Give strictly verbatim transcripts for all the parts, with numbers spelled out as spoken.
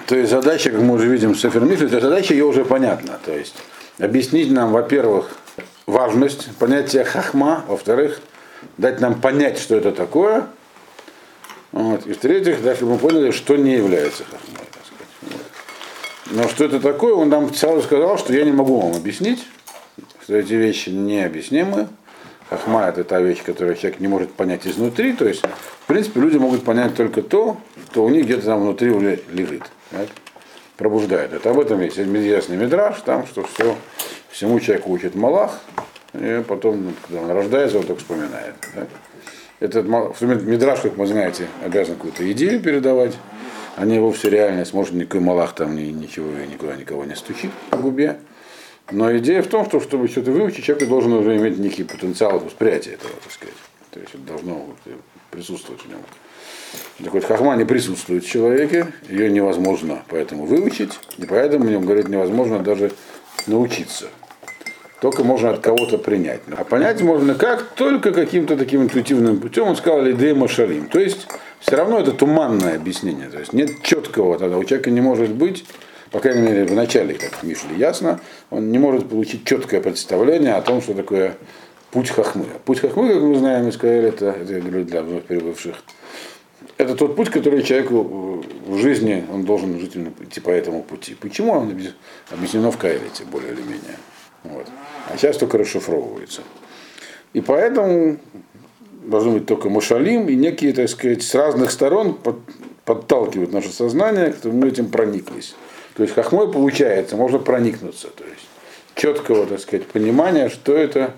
То есть задача, как мы уже видим в Сефер Мишле, эта задача ее уже понятна. То есть объяснить нам, во-первых, важность понятия хахма, во-вторых, дать нам понять, что это такое, вот. И в-третьих, дать, чтобы мы поняли, что не является хахмой. Так сказать. Вот. Но что это такое, он нам сразу сказал, что я не могу вам объяснить, что эти вещи необъяснимы. Хахма — это та вещь, которую человек не может понять изнутри. То есть, в принципе, люди могут понять только то, что у них где-то там внутри уже лежит. Так? Пробуждает это. Об этом есть известный мидраш, там, что все, всему человеку учит Малах, и потом, когда он рождается, он только вспоминает. Так? Этот мидраш, как вы знаете, обязан какую-то идею передавать, а не вовсе реальность. Может, никакой Малах там ничего и никуда никого не стучит по губе. Но идея в том, что чтобы что-то выучить, человек должен уже иметь некий потенциал восприятия этого, так сказать. То есть это должно присутствовать в нем. Так вот, хахма не присутствует в человеке, ее невозможно поэтому выучить, и поэтому в нем, говорят, невозможно даже научиться. Только можно от кого-то принять. А понять можно как? Только каким-то таким интуитивным путем. Он сказал лидей машарим. То есть все равно это туманное объяснение. То есть нет четкого тогда. У человека не может быть, по крайней мере, в начале, как в Мишле ясно, он не может получить четкое представление о том, что такое путь хахмы. Путь хахмы, как мы знаем, мы сказали, это, это я говорю для вновь прибывших, это тот путь, который человеку в жизни, он должен жить идти по этому пути. Почему он объяснено в Каэлите, более или менее. Вот. А сейчас только расшифровывается. И поэтому должны быть только мушалим и некие, так сказать, с разных сторон под, подталкивают наше сознание, чтобы мы этим прониклись. То есть хахмой получается, можно проникнуться. То есть четкого, так сказать, понимания, что это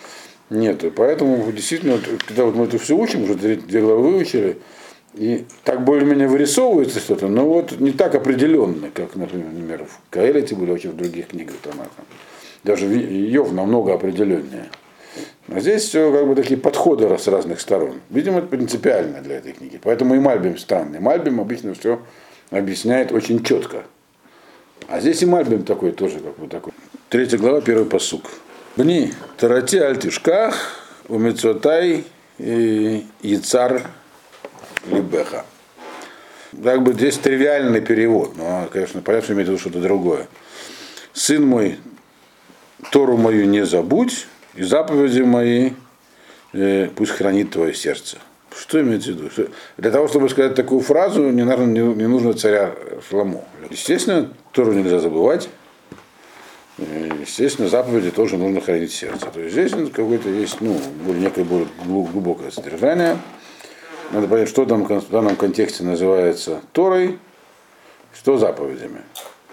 нету. Поэтому действительно, когда вот мы это все учим, уже две главы выучили, и так более-менее вырисовывается что-то, но вот не так определенно, как, например, в Каэлите были, вообще в других книгах Танаха. Даже Иов намного определеннее. А здесь все как бы такие подходы с разных сторон. Видимо, это принципиально для этой книги. Поэтому и Мальбим странный. Мальбим обычно все объясняет очень четко. А здесь и Мальбим такой тоже, как бы такой. Третья глава, первый пасук. Бни, тарати альтишках, умецотай и яцар либеха. Как бы здесь тривиальный перевод, но, конечно, понятно, что имеет в виду что-то другое. Сын мой, Тору мою не забудь, и заповеди мои э, пусть хранит твое сердце. Что имеется в виду? Что, для того, чтобы сказать такую фразу, не нужно, не, не нужно царя Шламо. Естественно, Тору нельзя забывать. Естественно, заповеди тоже нужно хранить в сердце. То есть здесь какое-то есть, ну, некое более глубокое содержание. Надо понять, что там в данном контексте называется Торой, что заповедями.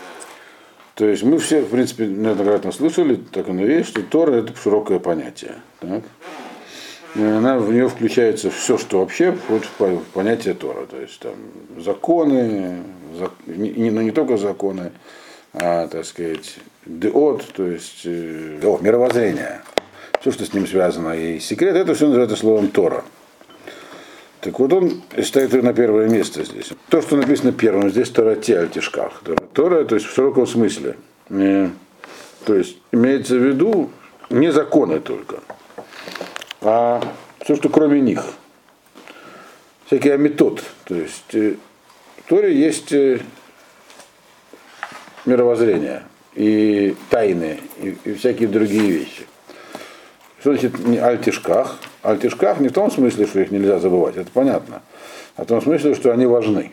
То есть мы все, в принципе, неоднократно слышали, так оно и есть, что Тора — это широкое понятие. Так? И она, в нее включается все, что вообще входит в понятие Тора. То есть там законы, зак... не, ну, не только законы, а, так сказать, деот, то есть э, о, мировоззрение. Все, что с ним связано, и секрет, это все называется словом Тора. Так вот он ставит на первое место здесь. То, что написано первым, здесь Торати альтишках. Тора, то есть в широком смысле. И, то есть имеется в виду не законы только, а все, что кроме них. Всякие амитот. То есть в Торе есть мировоззрение и тайны, и, и всякие другие вещи. Что значит альтишках? Альтишках не в том смысле, что их нельзя забывать, это понятно, а в том смысле, что они важны.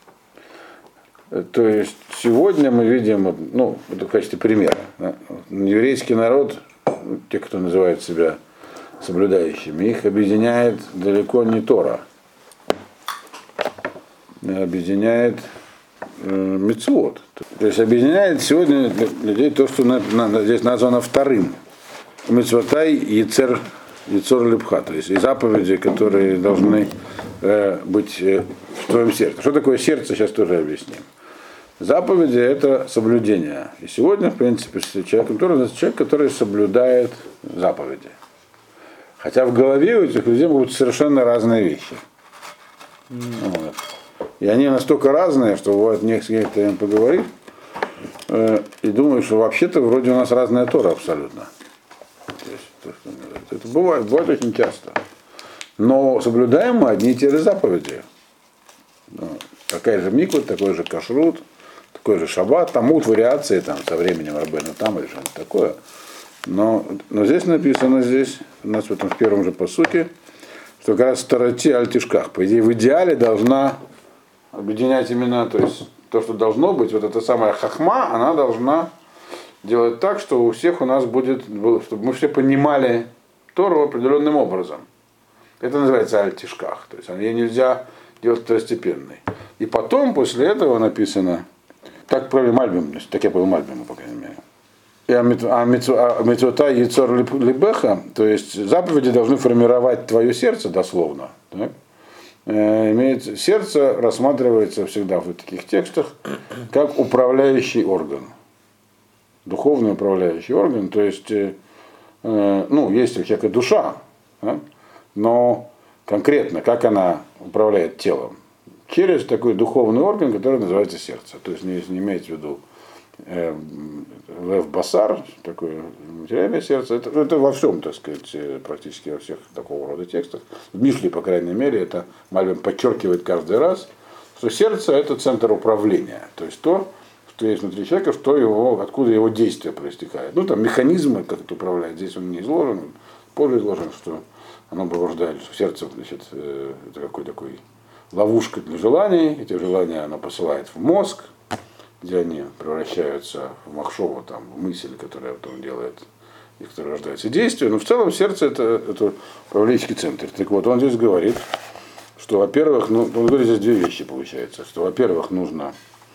То есть сегодня мы видим, ну, это в качестве примера, да, еврейский народ, те, кто называют себя соблюдающими, их объединяет далеко не Тора, объединяет э, мицвот. То есть объединяет сегодня людей то, что на, на, здесь названо вторым. Мицвотай яцер яцор липха, то есть и заповеди, которые должны э, быть э, в твоем сердце. Что такое сердце, сейчас тоже объясним. Заповеди — это соблюдение. И сегодня, в принципе, человек, который, человек, который соблюдает заповеди. Хотя в голове у этих людей будут совершенно разные вещи. Mm. Вот. И они настолько разные, что бывает некоторые им поговорить э, и думают, что вообще-то вроде у нас разная Тора абсолютно. Это бывает, бывает очень часто. Но соблюдаем мы одни и те же заповеди. Такая же миква, такой же кашрут, такой же шаббат, там будут вариации там, со временем Рабейну там или что-то такое. Но, но здесь написано, здесь, у нас в этом в первом же посуке, что как раз старати аль-тишках. По идее, в идеале должна объединять имена, то есть то, что должно быть, вот эта самая хахма, она должна делать так, что у всех у нас будет, чтобы мы все понимали Тору определенным образом. Это называется аль-тишках, то есть ее нельзя делать второстепенной. И потом, после этого написано, так правил Мальбим, так я понял Мальбиму, по крайней мере. И а митцвота яцор либеха, то есть заповеди должны формировать твое сердце дословно. Так? Имеет, сердце рассматривается всегда в таких текстах как управляющий орган. Духовный управляющий орган, то есть, э, ну, есть у человека душа, да? Но конкретно, как она управляет телом? Через такой духовный орган, который называется сердце. То есть не, не имеется в виду э, лев басар, такое материальное сердце. Это, это во всем, так сказать, практически во всех такого рода текстах. В Мишле, по крайней мере, это Мальбим подчеркивает каждый раз, что сердце это центр управления. То есть то, что есть внутри человека, что его, откуда его действие проистекает. Ну, там механизмы, как это управляет, здесь он не изложен, позже изложен, что оно побуждает, что сердце, значит, это какой такой ловушка для желаний, эти желания оно посылает в мозг, где они превращаются в махшову, там, в мысль, которая потом делает, из которой рождается действие. Но в целом сердце это, это управленческий центр. Так вот, он здесь говорит, что, во-первых, ну, он говорит здесь две вещи получается, что, во-первых, нужно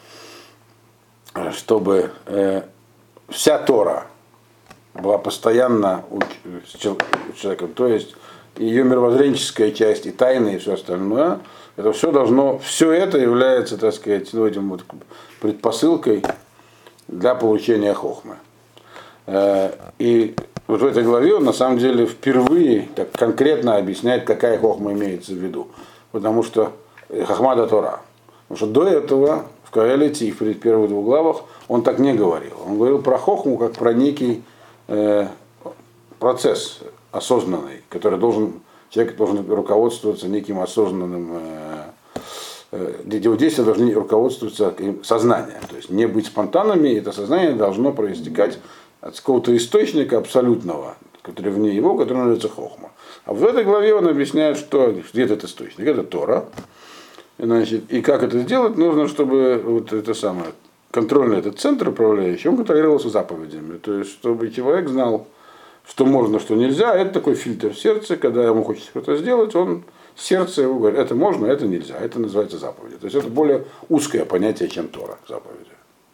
чтобы э, вся Тора была постоянно у, с человеком, то есть ее мировоззренческая часть, и тайны, и все остальное, это все должно, все это является, так сказать, ну, этим вот предпосылкой для получения хохмы. Э, и вот в этой главе он на самом деле впервые так конкретно объясняет, какая хохма имеется в виду. Потому что хохма Тора. Потому что до этого в Каэлите и в первых двух главах он так не говорил. Он говорил про хохму как про некий э, процесс осознанный, который должен, человек должен руководствоваться неким осознанным, э, э, его действия должны руководствоваться сознанием. То есть не быть спонтанными, это сознание должно проистекать от какого-то источника абсолютного, который вне его, который называется хохма. А в этой главе он объясняет, что где этот источник, это Тора. Значит, и как это сделать, нужно, чтобы вот это самое, контрольный этот центр управляющий, он контролировался заповедями. То есть, чтобы человек знал, что можно, что нельзя. Это такой фильтр сердца, когда ему хочется что-то сделать, он сердце его говорит, это можно, это нельзя. Это называется заповеди. То есть это более узкое понятие, чем Тора, заповеди.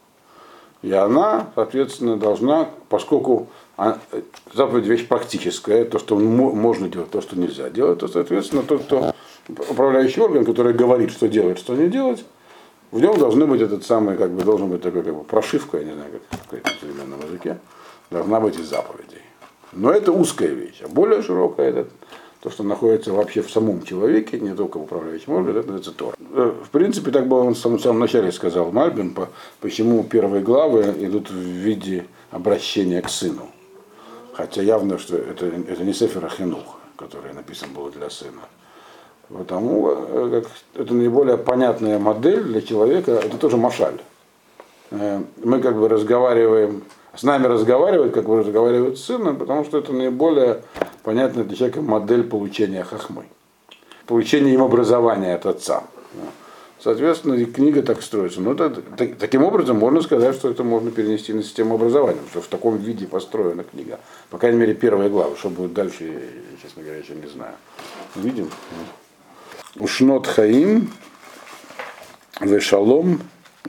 И она, соответственно, должна, поскольку заповедь вещь практическая, то, что можно делать, то, что нельзя делать, то, соответственно, тот, кто управляющий орган, который говорит, что делать, что не делать, в нем должны быть этот самый, как бы, должен быть такой, как бы, прошивка, я не знаю, как в современном языке, должна быть из заповедей. Но это узкая вещь, а более широкая это то, что находится вообще в самом человеке, не только в управляющем органе, это называется Тора. В принципе, так бы он в самом, в самом начале сказал Мальбим, по, почему первые главы идут в виде обращения к сыну. Хотя явно, что это, это не Сефер а-Хинух, который написан был для сына. Потому как это наиболее понятная модель для человека, это тоже машаль. Мы как бы разговариваем, с нами разговаривают, как бы разговаривают с сыном, потому что это наиболее понятная для человека модель получения хохмы. Получения им образования от отца. Соответственно, и книга так строится. Но это, так, таким образом можно сказать, что это можно перенести на систему образования, потому что в таком виде построена книга. По крайней мере, первая глава. Что будет дальше, я, честно говоря, еще не знаю. Видим. Ушнот хаим вешалом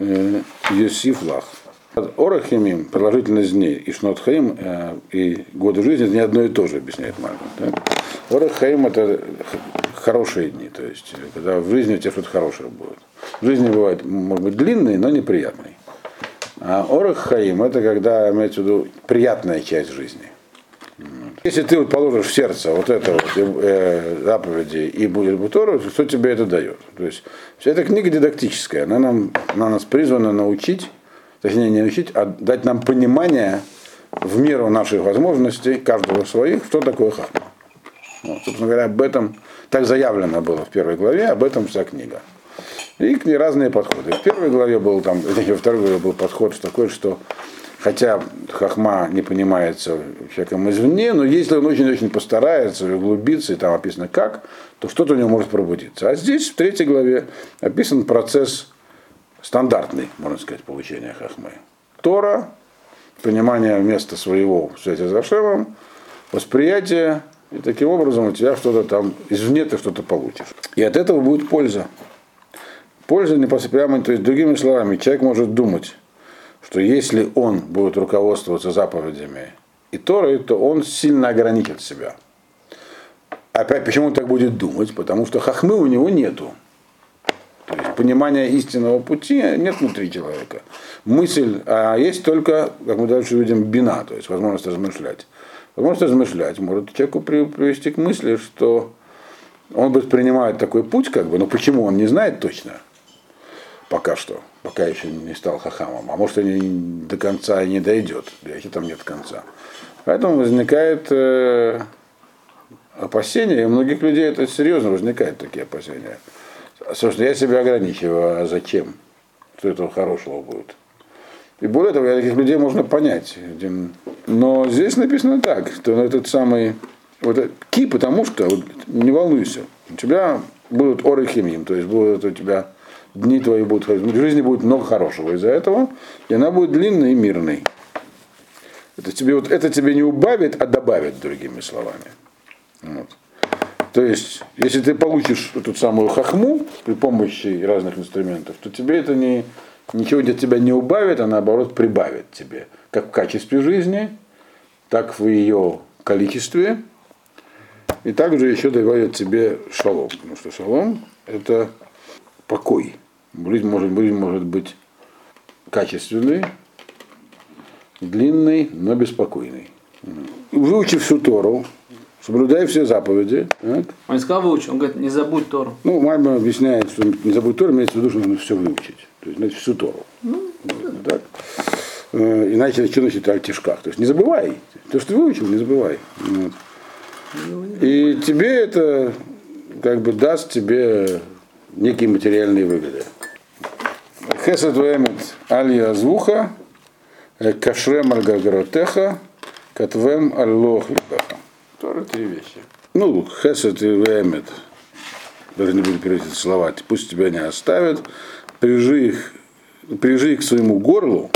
есиф лах. Орахимим, продолжительность дней, и шнот хаим, и годы жизни, это не одно и то же, объясняет Мальбим. Да? Орах хаим это хорошие дни, то есть когда в жизни у тебя что-то хорошее будет. В жизни бывает, может быть, длинный, но неприятный. А орах хаим это когда, имеется в виду, приятная часть жизни. Если ты вот положишь в сердце вот это вот э, заповеди и будет Тору, что тебе это дает? То есть вся эта книга дидактическая, она нам, она нас призвана научить, точнее не научить, а дать нам понимание в меру наших возможностей, каждого своих, что такое хохма. Вот, собственно говоря, об этом так заявлено было в первой главе, об этом вся книга. И к ней разные подходы. В первой главе был там, во второй главе был подход такой, что хотя хахма не понимается человеком извне, но если он очень-очень постарается углубиться, и там описано как, то что-то у него может пробудиться. А здесь, в третьей главе, описан процесс стандартный, можно сказать, получения хахмы. Тора, понимание места своего в связи с Ашемом, восприятие, и таким образом у тебя что-то там, извне ты что-то получишь. И от этого будет польза. Польза непосредственно, то есть, другими словами, человек может думать, что если он будет руководствоваться заповедями и Торой, то он сильно ограничит себя. Опять, почему он так будет думать? Потому что хахмы у него нету. То есть понимания истинного пути нет внутри человека. Мысль, а есть только, как мы дальше видим, бина, то есть возможность размышлять. Возможность размышлять может человеку привести к мысли, что он принимает такой путь, как бы, но почему он не знает точно. Пока что, пока еще не стал хахамом, а может и до конца и не дойдет, еще там нет конца. Поэтому возникает э, опасения, и у многих людей это серьезно возникают такие опасения. Собственно, я себя ограничиваю, а зачем? Что этого хорошего будет? И более того, таких людей можно понять. Но здесь написано так, что этот самый вот, ки, потому что, вот, не волнуйся, у тебя будут оры химиим, то есть будут у тебя дни твои будут, в жизни будет много хорошего из-за этого, и она будет длинной и мирной. Это тебе, вот, это тебе не убавит, а добавит, другими словами. Вот. То есть, если ты получишь эту самую хахму при помощи разных инструментов, то тебе это не, ничего для тебя не убавит, а наоборот прибавит тебе. Как в качестве жизни, так в ее количестве. И также еще добавит тебе шалом. Потому что шалом это покой. Жизнь может, жизнь может быть качественной, длинной, но беспокойной. Выучив всю Тору, соблюдай все заповеди. Так? Он не сказал выучить, он говорит, не забудь Тору. Ну, Мальба объясняет, что не забудь Тору, имеется в виду, что нужно все выучить. То есть, значит, всю Тору. Ну, вот, так. Иначе что значит аль-тишках? То есть не забывай. То, что ты выучил, не забывай. Вот. И тебе это как бы даст тебе некие материальные выгоды. Хесед вэмет аль звуха, кашрем аль гаргаротеха, катвем аль лох либаха. Тоже три вещи. Ну, хесед и вэмет, даже не буду переводить слова, пусть тебя не оставят, прижи их, прижи их к своему горлу,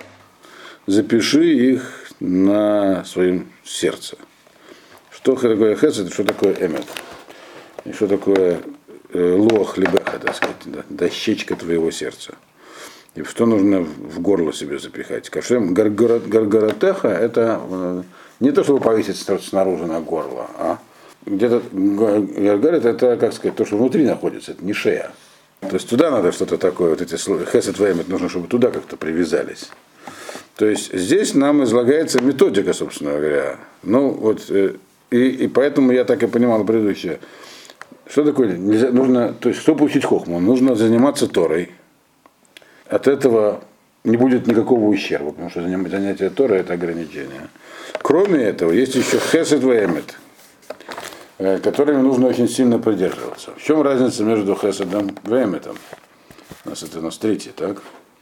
запиши их на своем сердце. Что такое хесед, что такое эмет? И что такое э, лох либеха, так сказать, да, дощечка твоего сердца. И что нужно в горло себе запихать? Кашем гаргаратеха это э, не то, чтобы повесить снаружи на горло, а где-то гаргарит это, как сказать, то, что внутри находится, это не шея. То есть туда надо что-то такое, вот эти хесед вэмет, нужно, чтобы туда как-то привязались. То есть здесь нам излагается методика, собственно говоря. Ну вот, и, и поэтому я так и понимал предыдущее. Что такое? Нельзя, нужно, то есть, чтобы учить хохму, нужно заниматься Торой. От этого не будет никакого ущерба, потому что занятие Торой это ограничение. Кроме этого, есть еще хесед вэмет, которыми нужно очень сильно придерживаться. В чем разница между хеседом и вэметом? У нас это у нас третий, так?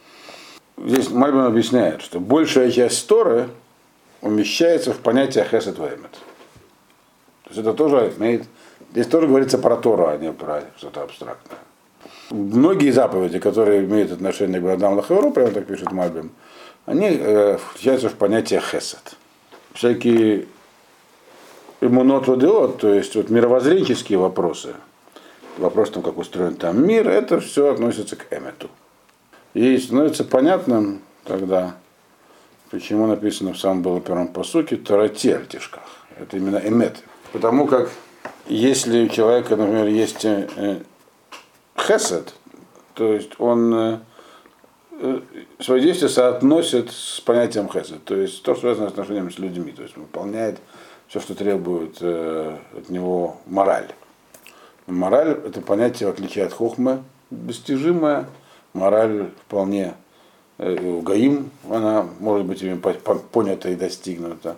Здесь Мальбим объясняет, что большая часть Торы умещается в понятие хесед вэмет. То есть это тоже имеет... Здесь тоже говорится про Тору, а не про что-то абстрактное. Многие заповеди, которые имеют отношение к Бадам Лахавру, прямо так пишет Мальбим, они э, включаются в понятие хесед. Всякие иммунот водиот, то есть вот, мировоззренческие вопросы, вопрос, там, как устроен там мир, это все относится к эмету. И становится понятным тогда, почему написано в самом было первом пасуке Торати аль-тишках. Это именно эмет. Потому как если у человека, например, есть э, хесед, то есть он э, э, свои действия соотносит с понятием хесед, то есть то, что связано с отношениями с людьми, то есть выполняет все, что требует э, от него мораль. Мораль это понятие, в отличие от хохмы, достижимое. Мораль вполне э, у Гаим, она может быть ими понята и достигнута.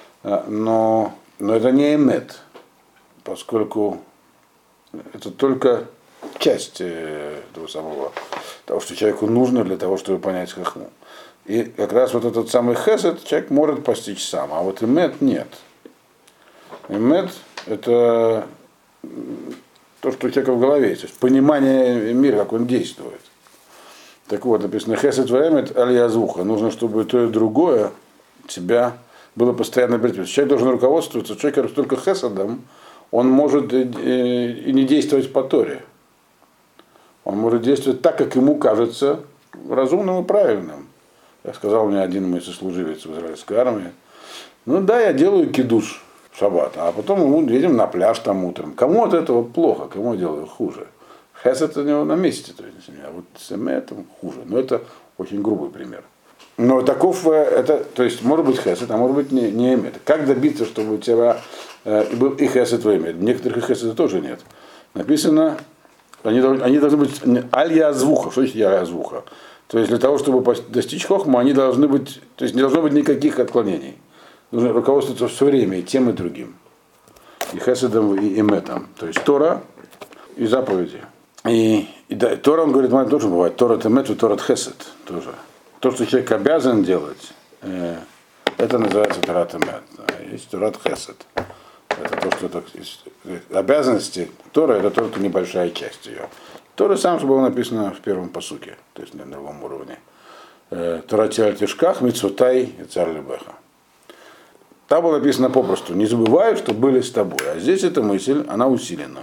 Но, но это не эмет, поскольку это только часть э, того самого, того, что человеку нужно для того, чтобы понять хохму. И как раз вот этот самый хесед человек может постичь сам, а вот эмет нет. Эмет это то, что у человека в голове есть, то есть понимание мира, как он действует. Так вот, написано хесед ваэмет аль-язвуха. Нужно, чтобы то и другое тебя было постоянно присутствовать. Человек должен руководствоваться, человек, который только хеседом, он может и не действовать по Торе. Он может действовать так, как ему кажется разумным и правильным. Я сказал мне один мой сослуживец в израильской армии, ну да, я делаю кидуш в шаббат, а потом мы едем на пляж там утром. Кому от этого плохо, кому я делаю хуже? Хесед у него на месте, то есть, а вот с эметом хуже. Но это очень грубый пример. Но таков, это, то есть, может быть хесед, а может быть не, не эмет. Как добиться, чтобы у тебя э, был и хесед, и эмет? Некоторых и хеседа тоже нет. Написано, они, они должны быть аль-язвуха. Что значит язвуха? То есть для того, чтобы достичь хохма, они должны быть, то есть не должно быть никаких отклонений. Нужно руководствоваться все время и тем, и другим. И хеседом, и эметом. То есть Тора и заповеди. И, и да, Тора, он говорит, тоже бывает. Тора эмет, и Тора хесед тоже. То, что человек обязан делать, э, это называется Тора эмет. А есть Тора хесед. Это то, что так, обязанности Тора, это только небольшая часть ее. Тора сам же было написано в первом пасуке, то есть на новом уровне. Тора тиаль тишках, мицутай и царь лебеха. Там было написано попросту, не забывай, что были с тобой. А здесь эта мысль, она усилена.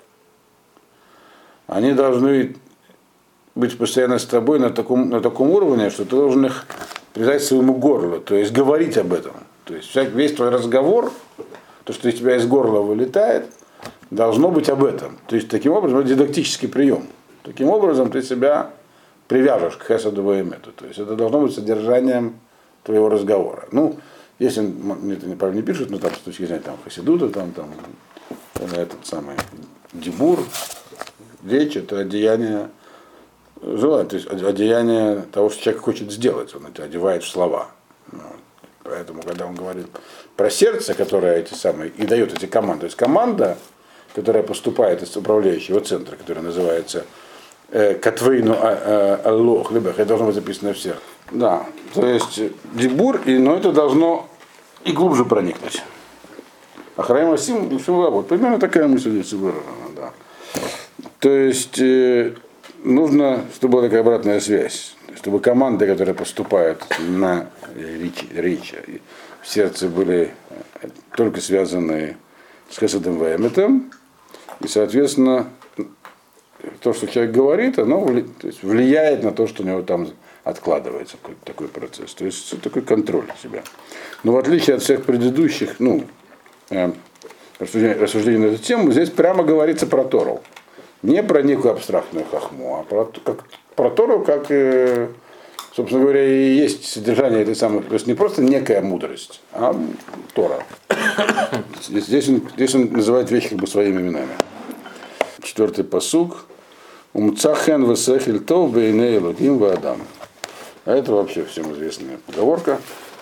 Они должны быть постоянно с тобой на таком, на таком уровне, что ты должен их прижать к своему горлу, то есть говорить об этом. То есть весь твой разговор, то, что из тебя из горла вылетает, должно быть об этом. То есть таким образом, это дидактический прием. Таким образом ты себя привяжешь к хеседу и эмету. То есть это должно быть содержанием твоего разговора. Ну, если мне это неправильно не пишут, но там с точки зрения там, хасидута, там, там этот самый дибур, речь, это одеяние желания, то есть одеяние того, что человек хочет сделать. Он это одевает в слова. Вот. Поэтому, когда он говорит про сердце, которое эти самые, и дает эти команды, то есть команда, которая поступает из управляющего центра, который называется Катвейну Аллох, либо это должно быть записано в сердце. Да, то есть дибур, и, но это должно и глубже проникнуть. Ахраим Асим, вот примерно такая мысль здесь выражена, да. То есть э, нужно, чтобы была такая обратная связь, чтобы команды, которые поступают на речь, речь в сердце, были только связаны с хеседом и эметом, и, соответственно, то, что человек говорит, оно то есть, влияет на то, что у него там откладывается какой-то такой процесс. То есть такой контроль себя. Но в отличие от всех предыдущих, ну, э, рассуждений, рассуждений на эту тему, здесь прямо говорится про Тору. Не про некую абстрактную хохму, а про, как, про Тору, как, э, собственно говоря, и есть содержание этой самой, то есть не просто некая мудрость, а Тора. Здесь, здесь, он, здесь он называет вещи как бы своими именами. Четвертый пасук. Умцахен весехиль тов бейней элоким ваадам. А это вообще всем известная поговорка.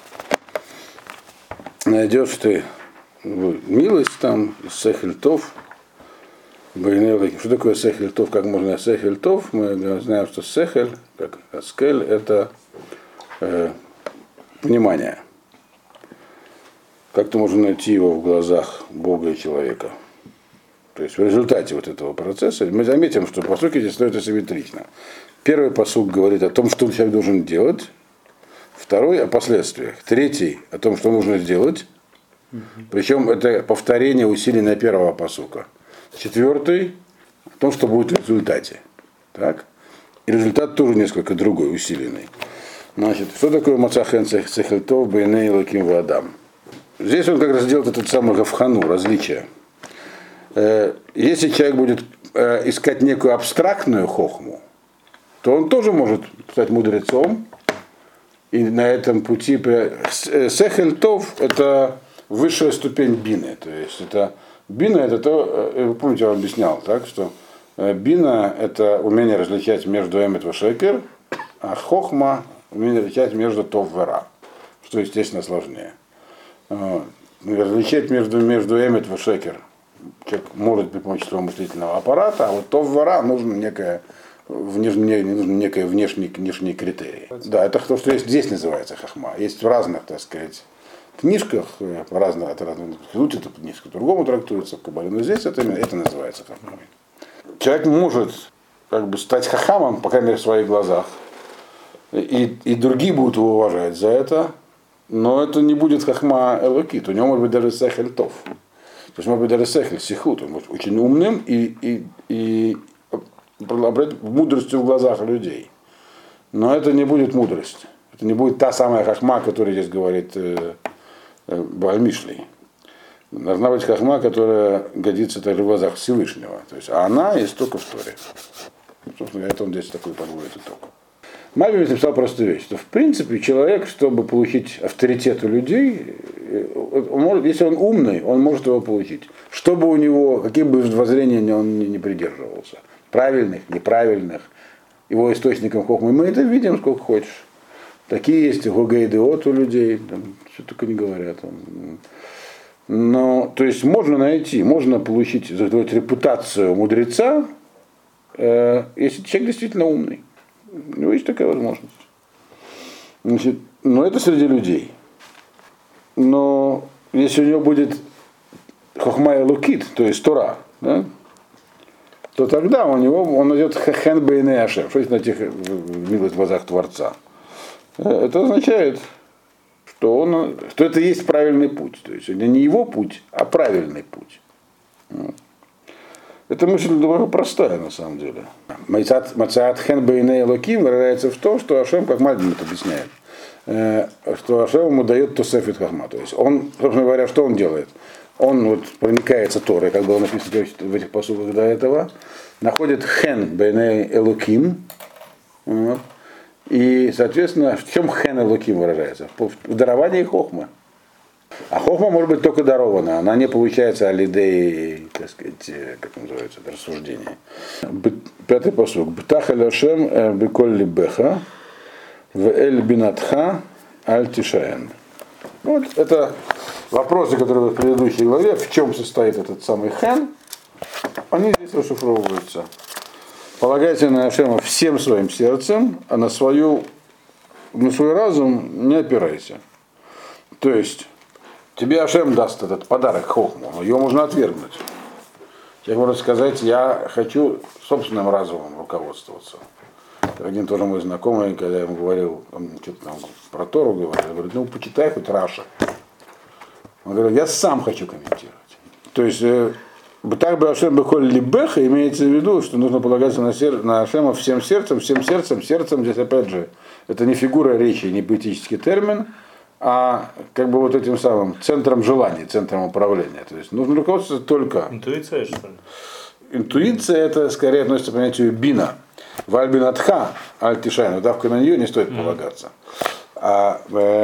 Найдешь ты милость там, сехиль тов, бейней элоким. Что такое сехиль тов? Как можно сехиль тов? Мы знаем, что сехель, как аскель, это э, внимание. Как-то можно найти его в глазах Бога и человека. То есть в результате вот этого процесса мы заметим, что пасуки здесь строятся симметрично. Первый пасук говорит о том, что человек должен делать, второй о последствиях, третий о том, что нужно сделать, причем это повторение усиленное первого пасука, четвертый о том, что будет в результате. Так? И результат тоже несколько другой, усиленный. Значит, что такое мацахен сехельтов бейней лаким вадам? Здесь он как раз делает этот самый гавхану, различие. Если человек будет искать некую абстрактную хохму, то он тоже может стать мудрецом. И на этом пути сехель тов – это высшая ступень бины. То есть это бина – это то, вы помните, я вам объяснял, так, что бина – это умение различать между эмет и шекер, а хохма – умение различать между тов и ра, что, естественно, сложнее. Различать между, между эмет и шекер человек может при помощи своего мыслительного аппарата, а вот то вора нужно некое, внешне, нужно некое внешний, внешний критерий. Да, это то, что есть, здесь называется хахма. Есть в разных, так сказать, книжках, по разным, это разные, тут это несколько по-другому трактуется в Кабале, но здесь это, это называется хахмой. Человек может как бы стать хахамом, по крайней мере, в своих глазах, и, и другие будут его уважать за это, но это не будет хахма элокит, у него может быть даже сехель тов. То есть может быть даже сехель сихут, он может быть очень умным и, и, и обладать мудростью в глазах людей. Но это не будет мудрость. Это не будет та самая хахма, о которой здесь говорит э, э, Бааль Мишлей. Должна быть хахма, которая годится также в глазах Всевышнего. То есть, а она есть только в Торе. Ну, собственно, это он здесь такой подводит итог. Мальбим написал простую вещь, что в принципе человек, чтобы получить авторитет у людей, он может, если он умный, он может его получить. Чтобы у него, каких бы воззрений он не придерживался, правильных, неправильных, его источником хохмы, мы это видим сколько хочешь. Такие есть гогейдеот у людей, там, что только не говорят. Но, то есть можно найти, можно получить, заготовить репутацию мудреца, э, если человек действительно умный. У него есть такая возможность. Значит, но это среди людей. Но если у него будет хохма и лукит, то есть Тора, да, то тогда у него он найдет хен бейней ашем, что значит милость в глазах Творца. Это означает, что, он, что это есть правильный путь. То есть это не его путь, а правильный путь. Эта мысль довольно простая на самом деле. Мацаат хен бейней локим выражается в том, что Ашем, как Мальбим это объясняет, что Ашем ему дает тосефет хахма. То есть он, собственно говоря, что он делает? Он вот проникается Торой, как было написано в этих посылках до этого, находит хен бейней элоким, вот, и, соответственно, в чем хен элоким выражается? В даровании хохмы. А хохма может быть только дарована, она не получается алидей, так сказать, как называется, это рассуждение. Пятый посук. Бтах эль Ашем беколь либеха, в эль бинатха аль тишаэн. Вот это вопросы, которые в предыдущей главе, в чем состоит этот самый хен, они здесь расшифровываются. Полагайте на Ашема всем своим сердцем, а на, свою, на свой разум не опирайся. То есть, тебе Ашем даст этот подарок хохму, но ее можно отвергнуть. Человек может сказать, я хочу собственным разумом руководствоваться. Один тоже мой знакомый, когда я ему говорил, он что-то там про Тору говорил, я говорю, ну почитай хоть Раша. Он говорит, я сам хочу комментировать. То есть, так бы Ашем бехоль либеха имеется в виду, что нужно полагаться на, сер... на Ашема всем сердцем, всем сердцем, сердцем, здесь опять же, это не фигура речи, не поэтический термин, а как бы вот этим самым центром желаний, центром управления. То есть нужно руководствоваться только... Интуиция, что ли? Интуиция это скорее относится к понятию бина. Вальбинатха, альтишайн, давка на нее не стоит mm. полагаться. А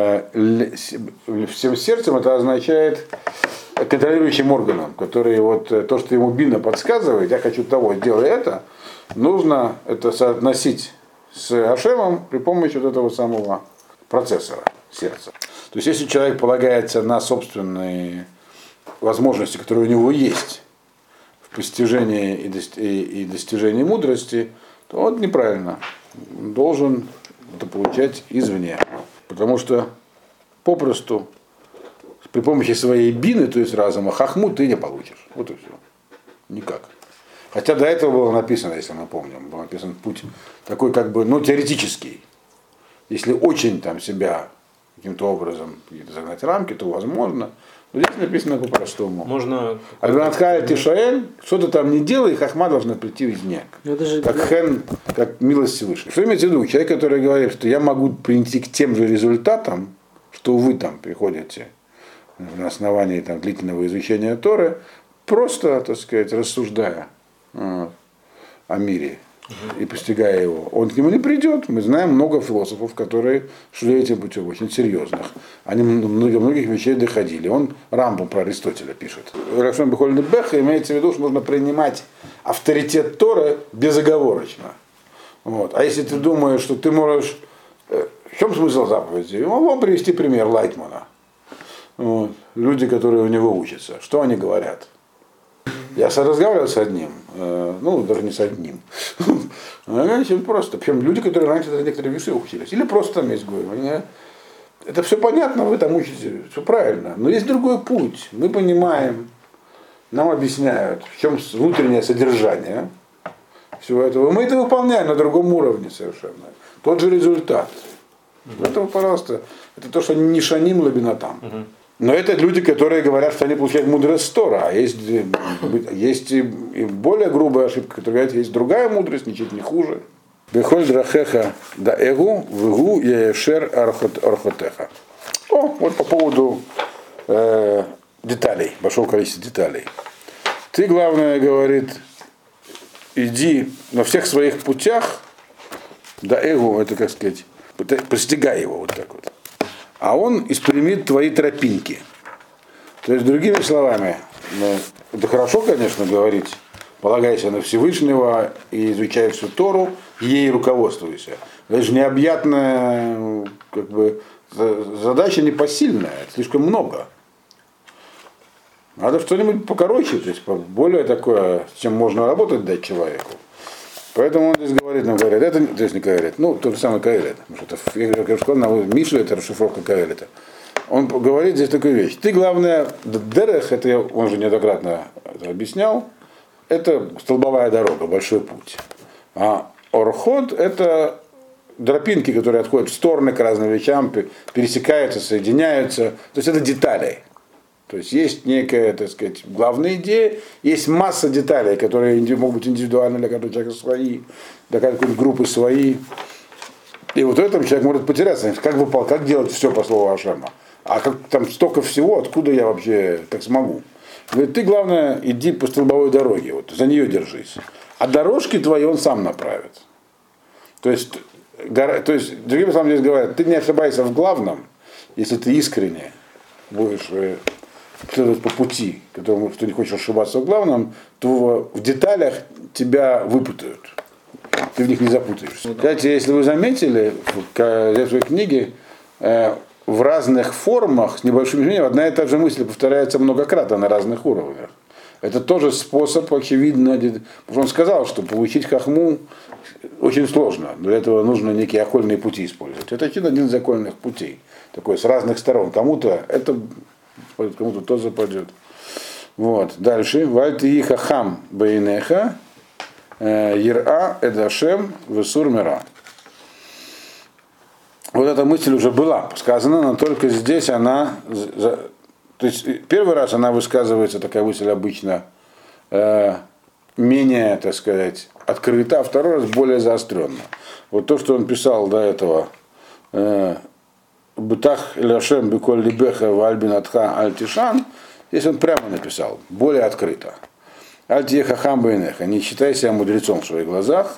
э, всем сердцем это означает контролирующим органом, который вот то, что ему бина подсказывает, я хочу того, делай это, нужно это соотносить с Ашемом при помощи вот этого самого процессора сердца. То есть если человек полагается на собственные возможности, которые у него есть в постижении и, дости- и достижении мудрости, то он неправильно. Он должен это получать извне. Потому что попросту при помощи своей бины, то есть разума, хахму ты не получишь. Вот и все. Никак. Хотя до этого было написано, если мы помним, был написан путь такой как бы, ну, теоретический. Если очень там себя каким-то образом загнать рамки, то возможно. Но здесь написано по-простому. Можно... Альбанатха Тишаэль, что ты там не делай, хахма должна прийти извне. Же... Как хен, как милость Всевышнего. Что имеется в виду? Человек, который говорит, что я могу прийти к тем же результатам, что вы там приходите на основании там, длительного изучения Торы, просто, так сказать, рассуждая вот, о мире и постигая его, он к нему не придет. Мы знаем много философов, которые шли этим путем, очень серьезных. Они много многих вещей доходили. Он Рамбам про Аристотеля пишет. Рашон Бехольный Беха имеется в виду, что нужно принимать авторитет Торы безоговорочно. Вот. А если ты думаешь, что ты можешь... В чем смысл заповеди? Он вам привести пример Лайтмана. Вот. Люди, которые у него учатся. Что они говорят? Я разговаривал с одним, э, ну, даже не с одним. Очень просто. Причем люди, которые раньше за некоторые весы учились. Или просто там есть гоем. Это все понятно, вы там учите, все правильно. Но есть другой путь. Мы понимаем, нам объясняют, в чем внутреннее содержание всего этого. Мы это выполняем на другом уровне совершенно. Тот же результат. Поэтому, пожалуйста, это то, что не шаним лабинатам. Uh-huh. Но это люди, которые говорят, что они получают мудрость с Тора. А есть, есть и более грубая ошибка, которая говорит, есть другая мудрость, ничуть не хуже. Бехоль драхеха да эгу, вегу яешер архотеха. О, вот по поводу э, деталей, большого количества деталей. Ты, главное, говорит, иди на всех своих путях, да эгу, это, как сказать, постигай его вот так вот. А он испримит твои тропинки. То есть, другими словами, ну, это хорошо, конечно, говорить, полагайся на Всевышнего и изучай всю Тору, ей руководствуйся. Это же необъятная, как бы, задача непосильная, это слишком много. Надо что-нибудь покороче, то есть более такое, с чем можно работать, дать человеку. Поэтому он здесь говорит, нам говорит, это, то есть не Каэлит, ну, тот же самый Каэлит, потому что это, я сказал, на Мишу это расшифровка Каэлита. Он говорит здесь такую вещь. Ты, главное, Дерех, это он же неоднократно это объяснял, это столбовая дорога, большой путь. А Орхот это тропинки, которые отходят в стороны к разным вещам, пересекаются, соединяются. То есть это детали. То есть есть некая, так сказать, главная идея, есть масса деталей, которые могут быть индивидуальны для каждого человека свои, для какой-нибудь группы свои. И вот в этом человек может потеряться. Как, выпал, как делать все по слову Ашема? А как там столько всего, откуда я вообще так смогу? Говорит, ты, главное, иди по столбовой дороге, вот, за нее держись. А дорожки твои он сам направит. То есть, гора, то есть другими словами здесь говорят, ты не ошибайся в главном, если ты искренне будешь следовать по пути, которому ты не хочешь ошибаться в главном, то в деталях тебя выпутают. Ты в них не запутаешься. Кстати, если вы заметили, в своей книге в разных формах, с небольшим изменением, одна и та же мысль повторяется многократно на разных уровнях. Это тоже способ, очевидно, потому что он сказал, что получить хахму очень сложно. Для этого нужно некие окольные пути использовать. Это один из окольных путей. Такой с разных сторон. Кому-то это кому-то то западет. Вот. Дальше. Вальти хахам бейнеха ира эдашем весур мира. Вот эта мысль уже была сказана, но только здесь она, то есть первый раз она высказывается, такая мысль обычно э, менее, так сказать, открыта, а второй раз более заостренно. Вот то, что он писал до этого, Бутах Ляшем Беколь Либеха Вальбинатха Альтишан, здесь он прямо написал, более открыто. Альтиеха Хамбайнеха, не считай себя мудрецом в своих глазах,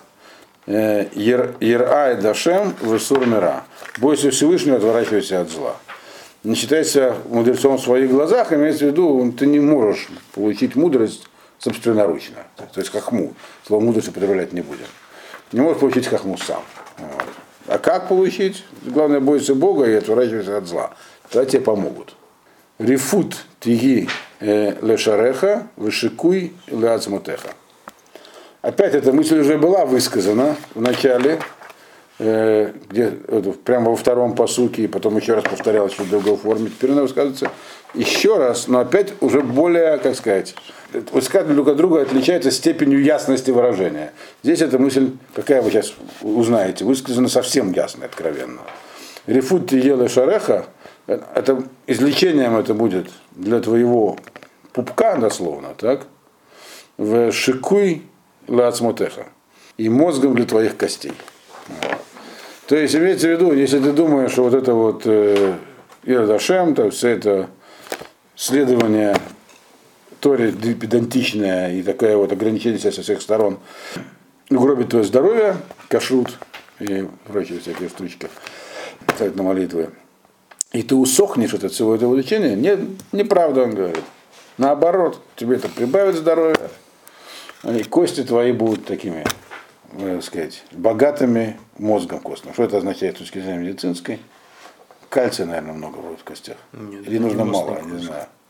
Ерай Дашем Весур Мира. Бойся Всевышнего, отворачивайся от зла. Не считай себя мудрецом в своих глазах, имеется в виду, ты не можешь получить мудрость собственноручно. То есть хахму. Слово мудрость употреблять не будем. Не можешь получить хахму сам. Вот. А как получить? Главное, бойся Бога и отворачивайся от зла. Тогда тебе помогут. Рифут тиги лешареха, вышикуй леацмотеха. Опять эта мысль уже была высказана в начале, где, прямо во втором пасуке, и потом еще раз повторялась в другой форме. Теперь она высказывается еще раз, но опять уже более, как сказать, высказывания друг от друга отличаются степенью ясности выражения. Здесь эта мысль, какая вы сейчас узнаете, высказана совсем ясно, откровенно. Рифут тиеле шареха, это излечением это будет для твоего пупка, дословно, так? В шикуй лацмотеха. И мозгом для твоих костей. То есть имеется в виду, если ты думаешь, что вот это вот Ирдашем, то все это следование Торе педантичное и такое вот ограничение себя со всех сторон угробит твое здоровье, кашрут и прочие всякие штучки, кстати, на молитвы. И ты усохнешь от всего этого лечения, нет, неправда, он говорит. Наоборот, тебе это прибавит здоровье, и кости твои будут такими, так сказать, богатыми мозгом костным. Что это означает с точки зрения медицинской? Кальция, наверное, много будет в костях. Нет, или нужно мало, я не знаю.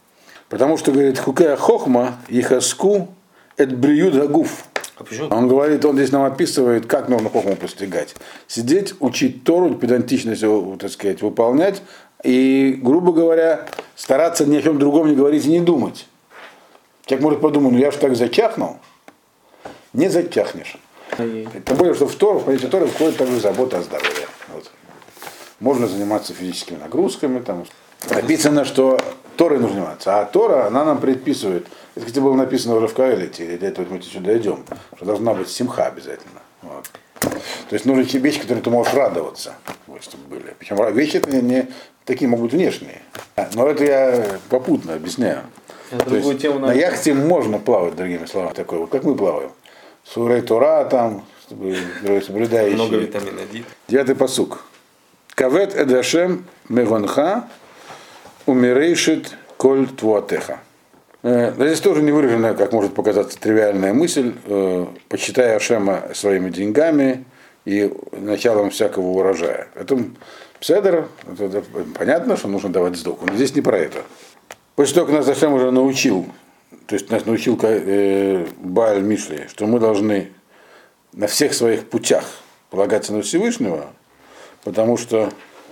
Потому что, говорит, хукея хохма и хаску эт бриют гагуф. А почему? Он говорит, он здесь нам описывает, как нужно хохму постигать. Сидеть, учить Тору, педантичность его, так сказать, выполнять. И, грубо говоря, стараться ни о чем другом не говорить и не думать. Человек может подумать, ну я же так зачахнул. Не затяхнешь. Тем более, что в Тору, в понятие Торы входит также забота о здоровье. Вот. Можно заниматься физическими нагрузками. Там. Написано, что Торой нужно заниматься. А Тора, она нам предписывает, это, кстати, было написано уже в Каэлите, и для этого мы сюда идем, что должна быть симха обязательно. Вот. То есть нужны вещи, которые ты можешь радоваться, вот, чтобы были. Причем вещи это не такие могут внешние. Но это я попутно объясняю. То есть, тему на яхте можно плавать, другими словами, такой, вот как мы плаваем. Сурей Тора, там, соблюдающие. Много витамина D. Девятый пасук. Кавет эдашем мегонха умерейшит коль твуатеха. Здесь тоже не выраженная, как может показаться, тривиальная мысль. Почитай Ашема своими деньгами и началом всякого урожая. Это пседер, это, это понятно, что нужно давать сдоку. Но здесь не про это. После того, как нас Ашем уже научил, то есть нас научил э, Бааль Мишли, что мы должны на всех своих путях полагаться на Всевышнего, потому что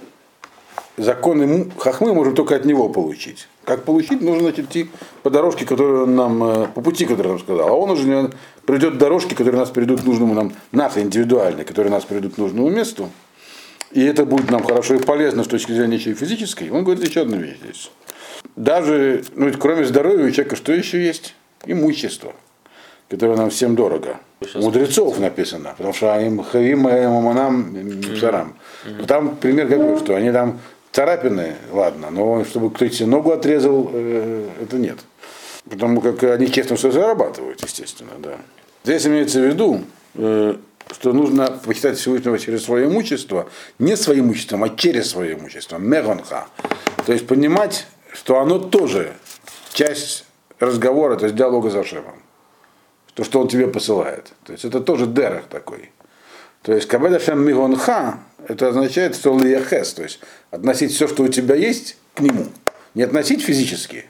законы хахмы можем только от него получить. Как получить? Нужно, значит, идти по дорожке, которую он нам, по пути, который он нам сказал. А он уже придет дорожки, которые нас придут к нужному нам, наши индивидуальные, которые нас придут к нужному месту. И это будет нам хорошо и полезно с точки зрения еще и физической. Он говорит еще одну вещь здесь. Даже, ну, ведь кроме здоровья у человека что еще есть? Имущество, которое нам всем дорого. У мудрецов написано, потому что им хавим маманам псарам. Там пример какой, что они там царапины, ладно, но чтобы кто-то себе ногу отрезал, э, это нет. Потому как они честно все зарабатывают, естественно, да. Здесь имеется в виду, э, что нужно почитать Всевышнего через свое имущество, не своим имуществом, а через свое имущество, мегонха. То есть понимать, что оно тоже часть разговора, то есть диалога с Ашемом. То, что он тебе посылает. То есть это тоже дерах такой. То есть кабед Ашем мигонха, это означает, что лияхес, то есть относить все, что у тебя есть, к нему. Не относить физически,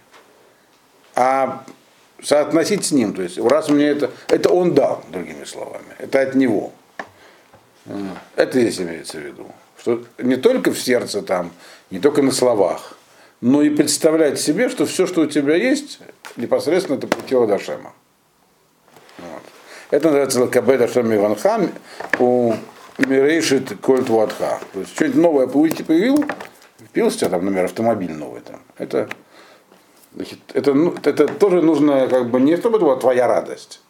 а соотносить с ним. То есть раз мне это, это он дал, другими словами. Это от него. Это здесь имеется в виду. Что не только в сердце там, не только на словах, но и представлять себе, что все, что у тебя есть, непосредственно это путило до Ашема. Вот. Это называется Кабед Ашем Иванха у Мирейшит Кольт Ватха. То есть что-нибудь новое появил, впился там, например, автомобиль новый там. Это, значит, это, ну, это тоже нужно, как бы, не чтобы это была твоя радость,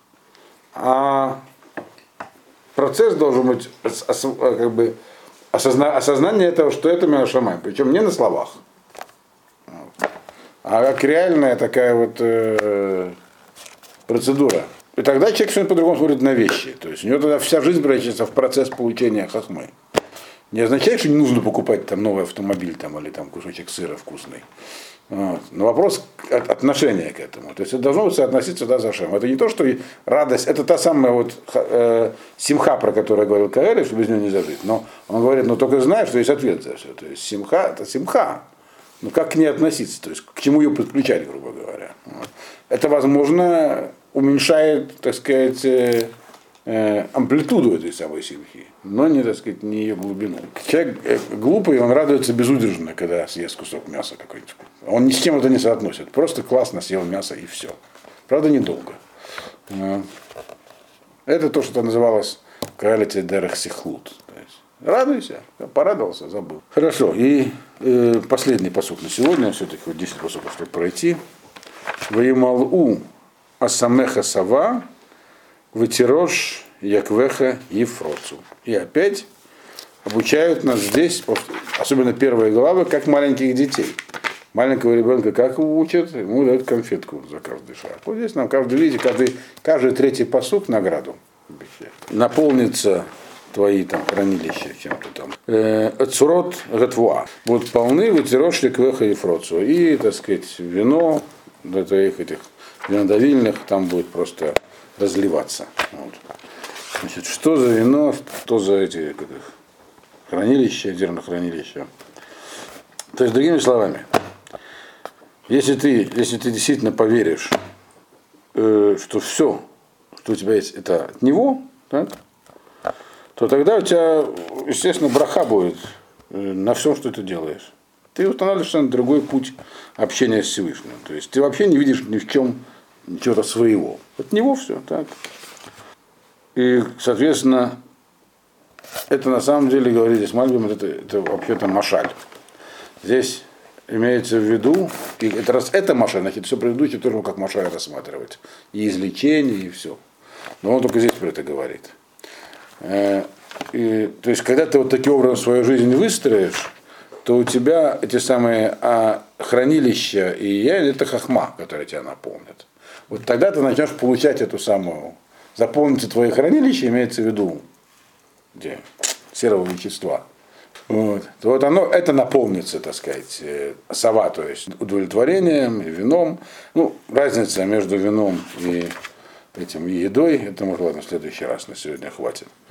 а процесс должен быть как бы, осозна, осознание этого, что это Миашамай, причем не на словах. А как реальная такая вот э, процедура. И тогда человек совершенно по-другому смотрит на вещи. То есть у него тогда вся жизнь превращается в процесс получения хахмы. Не означает, что не нужно покупать там новый автомобиль там, или там кусочек сыра вкусный. Вот. Но вопрос отношения к этому. То есть это должно соотноситься да, за Шем. Это не то, что радость, это та самая вот э, симха, про которую говорил Каэли, что без нее нельзя жить. Но он говорит, ну только знаешь, что есть ответ за все. То есть симха это симха. Ну как к ней относиться, то есть к чему ее подключать, грубо говоря. Вот. Это, возможно, уменьшает, так сказать, э, э, амплитуду этой самой симхи, но не, так сказать, не ее глубину. Человек э, глупый, он радуется безудержно, когда съест кусок мяса какой-нибудь. Он ни с чем это не соотносит, просто классно съел мясо и все. Правда, недолго. Э, это то, что называлось кралите дерех сихлут. Радуйся, порадовался, забыл. Хорошо, и э, последний пасук на сегодня, все-таки вот десять пасуков, чтобы пройти. Ваималу асамеха сава, вытирош яквеха ефроцу. И опять обучают нас здесь, особенно первые главы, как маленьких детей. Маленького ребенка как учат, ему дают конфетку за каждый шаг. Вот здесь нам каждый, видите, каждый, каждый третий пасук награду обещает. Наполнится твои там хранилища чем-то там. Цурот гатвуа. Вот полны вытирош яквеха ефроцу. И, так сказать, вино до твоих этих винодавильных там будет просто разливаться. Вот. Значит, что за вино, что за эти как их, хранилища, зернохранилища. То есть, другими словами, Если ты, если ты действительно поверишь, э, что все, что у тебя есть, это от него, так, то тогда у тебя, естественно, браха будет э, на всем, что ты делаешь. Ты устанавливаешь совершенно другой путь общения с Всевышним. То есть ты вообще не видишь ни в чем чего-то своего. От него все, так. И, соответственно, это на самом деле, говорит здесь Мальбим, это, это вообще-то машаль. Здесь имеется в виду, и это раз это машаль, значит, все предыдущее тоже как машаль рассматривать. И излечение, и все. Но он только здесь про это говорит. И, то есть, когда ты вот таким образом свою жизнь выстроишь, то у тебя эти самые а, хранилища и я, это хахма, которые тебя наполнят. Вот тогда ты начнешь получать эту самую, заполнится твои хранилища, имеется в виду, где серого вещества. Вот. То вот оно, это наполнится, так сказать, сова, то есть удовлетворением и вином. Ну, разница между вином и этим и едой, это, может, ладно, в следующий раз, на сегодня хватит.